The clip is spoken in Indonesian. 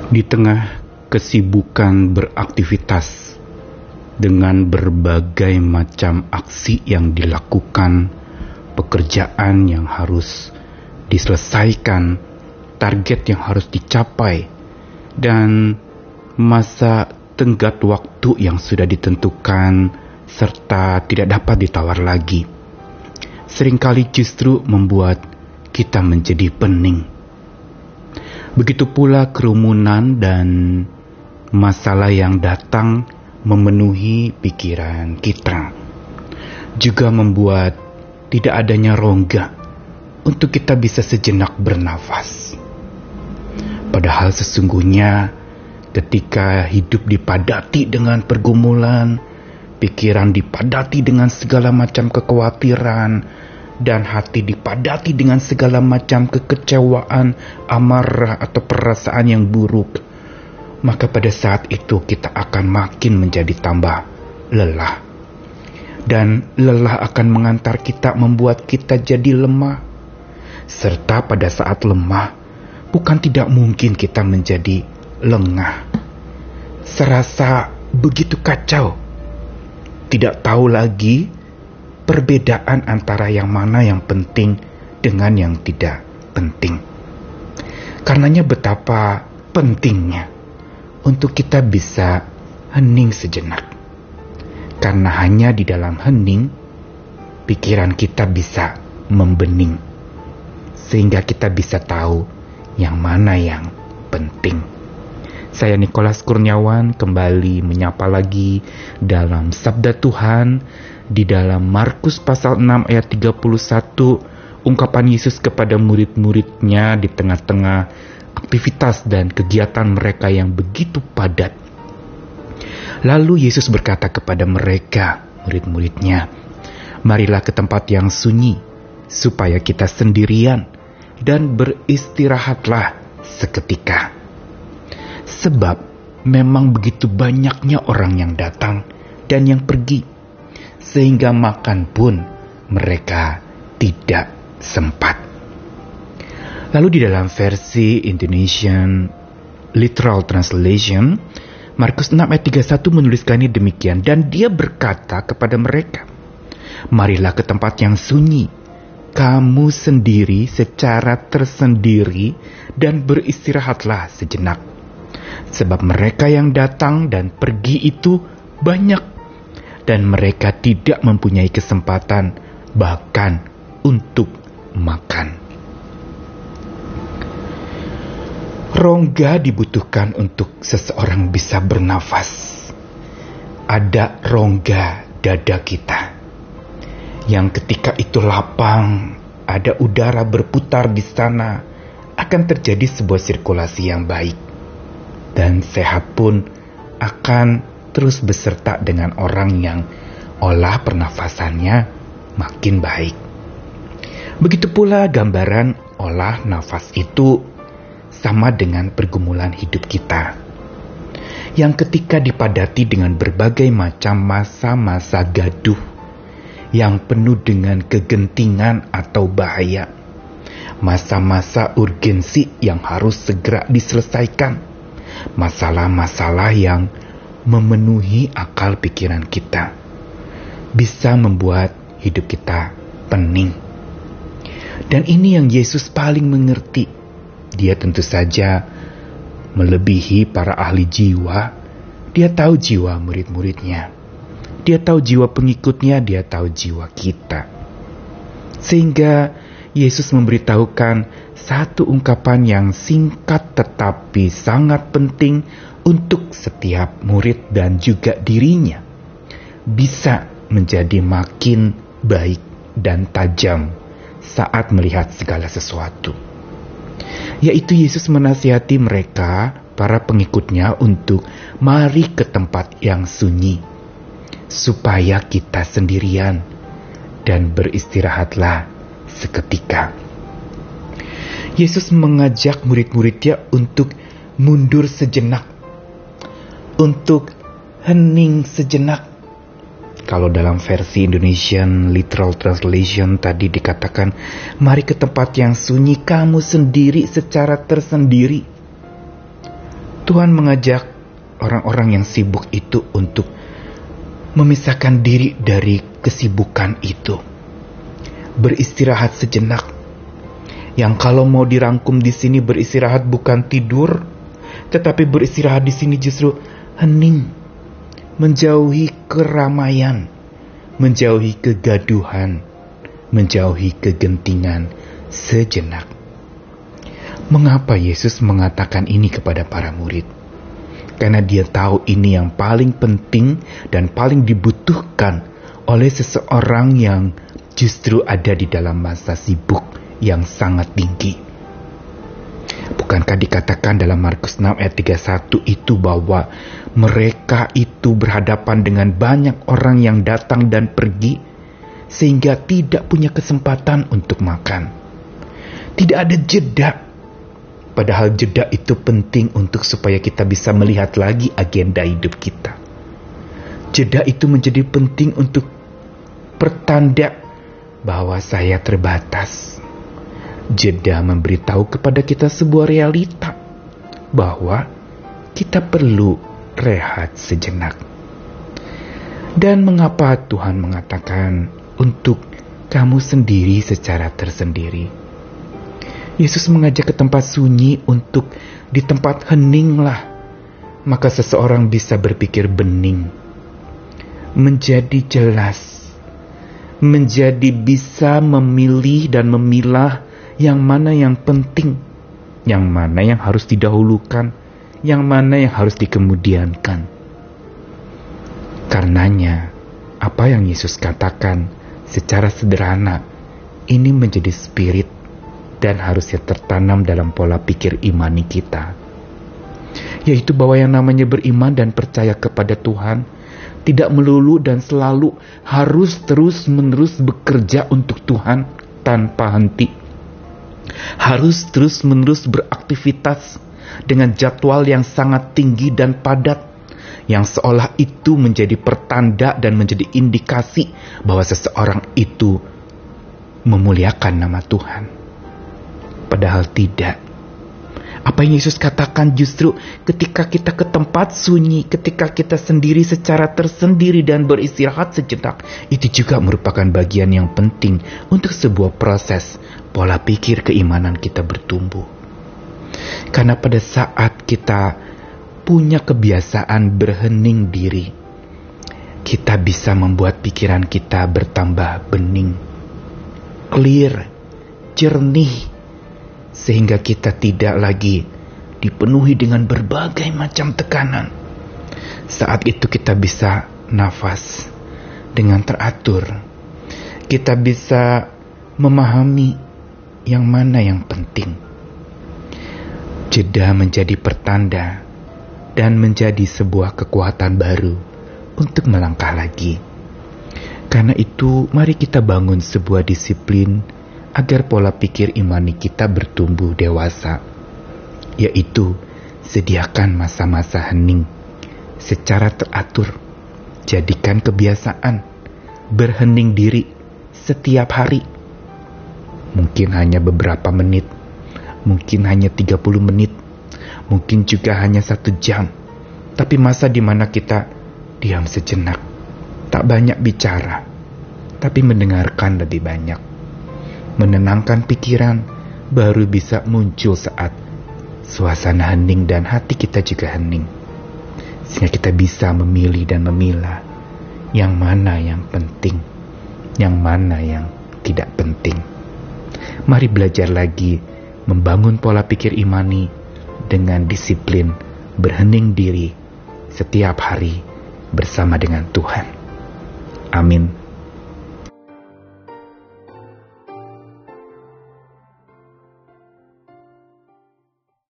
Di tengah kesibukan beraktivitas dengan berbagai macam aksi yang dilakukan, pekerjaan yang harus diselesaikan, target yang harus dicapai, dan masa tenggat waktu yang sudah ditentukan serta tidak dapat ditawar lagi, seringkali justru membuat kita menjadi pening. Begitu pula kerumunan dan masalah yang datang memenuhi pikiran kita, juga membuat tidak adanya rongga untuk kita bisa sejenak bernafas. Padahal sesungguhnya ketika hidup dipadati dengan pergumulan, pikiran dipadati dengan segala macam kekhawatiran, dan hati dipadati dengan segala macam kekecewaan, amarah, atau perasaan yang buruk, maka pada saat itu kita akan makin menjadi tambah lelah. Dan lelah akan mengantar kita, membuat kita jadi lemah. Serta pada saat lemah, bukan tidak mungkin kita menjadi lengah. Serasa begitu kacau, tidak tahu lagi perbedaan antara yang mana yang penting dengan yang tidak penting. Karenanya betapa pentingnya untuk kita bisa hening sejenak. Karena hanya di dalam hening, pikiran kita bisa membening. Sehingga kita bisa tahu yang mana yang penting. Saya Nikolas Kurniawan kembali menyapa lagi dalam Sabda Tuhan di dalam Markus pasal 6 ayat 31, ungkapan Yesus kepada murid-muridnya di tengah-tengah aktivitas dan kegiatan mereka yang begitu padat. Lalu Yesus berkata kepada mereka, murid-muridnya, "Marilah ke tempat yang sunyi, supaya kita sendirian, dan beristirahatlah seketika. Sebab memang begitu banyaknya orang yang datang dan yang pergi, sehingga makan pun mereka tidak sempat." Lalu di dalam versi Indonesian Literal Translation, Markus 6 ayat 31 menuliskannya demikian, "Dan dia berkata kepada mereka, marilah ke tempat yang sunyi, kamu sendiri secara tersendiri, dan beristirahatlah sejenak. Sebab mereka yang datang dan pergi itu banyak, dan mereka tidak mempunyai kesempatan bahkan untuk makan." Rongga dibutuhkan untuk seseorang bisa bernafas. Ada rongga dada kita, yang ketika itu lapang, ada udara berputar di sana, akan terjadi sebuah sirkulasi yang baik. Dan sehat pun akan terus beserta dengan orang yang olah pernafasannya makin baik. Begitu pula gambaran olah nafas itu sama dengan pergumulan hidup kita, yang ketika dipadati dengan berbagai macam masa-masa gaduh, yang penuh dengan kegentingan atau bahaya, masa-masa urgensi yang harus segera diselesaikan, masalah-masalah yang memenuhi akal pikiran kita, bisa membuat hidup kita pening. Dan ini yang Yesus paling mengerti. Dia tentu saja melebihi para ahli jiwa. Dia tahu jiwa murid-muridnya, dia tahu jiwa pengikutnya, dia tahu jiwa kita. Sehingga Yesus memberitahukan satu ungkapan yang singkat tetapi sangat penting untuk setiap murid dan juga dirinya bisa menjadi makin baik dan tajam saat melihat segala sesuatu. Yaitu Yesus menasihati mereka, para pengikutnya, untuk mari ke tempat yang sunyi, supaya kita sendirian, dan beristirahatlah seketika. Yesus mengajak murid-muridnya untuk mundur sejenak, untuk hening sejenak. Kalau dalam versi Indonesian Literal Translation tadi dikatakan, mari ke tempat yang sunyi, kamu sendiri secara tersendiri. Tuhan mengajak orang-orang yang sibuk itu untuk memisahkan diri dari kesibukan itu. Beristirahat sejenak. Yang kalau mau dirangkum di sini, beristirahat bukan tidur, tetapi beristirahat di sini justru hening, menjauhi keramaian, menjauhi kegaduhan, menjauhi kegentingan sejenak. Mengapa Yesus mengatakan ini kepada para murid? Karena dia tahu ini yang paling penting dan paling dibutuhkan oleh seseorang yang justru ada di dalam masa sibuk yang sangat tinggi. Bukankah dikatakan dalam Markus 6 ayat 31 itu bahwa mereka itu berhadapan dengan banyak orang yang datang dan pergi sehingga tidak punya kesempatan untuk makan. Tidak ada jeda. Padahal jeda itu penting untuk supaya kita bisa melihat lagi agenda hidup kita. Jeda itu menjadi penting untuk pertanda bahwa saya terbatas. Jeda memberitahu kepada kita sebuah realita bahwa kita perlu rehat sejenak. Dan mengapa Tuhan mengatakan untuk kamu sendiri secara tersendiri? Yesus mengajak ke tempat sunyi untuk di tempat heninglah, maka seseorang bisa berpikir bening, menjadi jelas, menjadi bisa memilih dan memilah yang mana yang penting, yang mana yang harus didahulukan, yang mana yang harus dikemudiankan. Karenanya, apa yang Yesus katakan secara sederhana, ini menjadi spirit dan harusnya tertanam dalam pola pikir imani kita, yaitu bahwa yang namanya beriman dan percaya kepada Tuhan tidak melulu dan selalu harus terus-menerus bekerja untuk Tuhan tanpa henti, harus terus-menerus beraktivitas dengan jadwal yang sangat tinggi dan padat, yang seolah itu menjadi pertanda dan menjadi indikasi bahwa seseorang itu memuliakan nama Tuhan. Padahal tidak. Apa yang Yesus katakan justru ketika kita ke tempat sunyi, ketika kita sendiri secara tersendiri dan beristirahat sejenak, itu juga merupakan bagian yang penting untuk sebuah proses pola pikir keimanan kita bertumbuh. Karena pada saat kita punya kebiasaan berhening diri, kita bisa membuat pikiran kita bertambah bening, clear, jernih, sehingga kita tidak lagi dipenuhi dengan berbagai macam tekanan. Saat itu kita bisa nafas dengan teratur. Kita bisa memahami yang mana yang penting. Jeda menjadi pertanda dan menjadi sebuah kekuatan baru untuk melangkah lagi. Karena itu, mari kita bangun sebuah disiplin agar pola pikir imani kita bertumbuh dewasa, yaitu sediakan masa-masa hening secara teratur. Jadikan kebiasaan berhening diri setiap hari. Mungkin hanya beberapa menit, mungkin hanya 30 menit, mungkin juga hanya 1 jam. Tapi masa di mana kita diam sejenak, tak banyak bicara, tapi mendengarkan lebih banyak. Menenangkan pikiran baru bisa muncul saat suasana hening dan hati kita juga hening, sehingga kita bisa memilih dan memilah yang mana yang penting, yang mana yang tidak penting. Mari belajar lagi membangun pola pikir imani dengan disiplin berhening diri setiap hari bersama dengan Tuhan. Amin.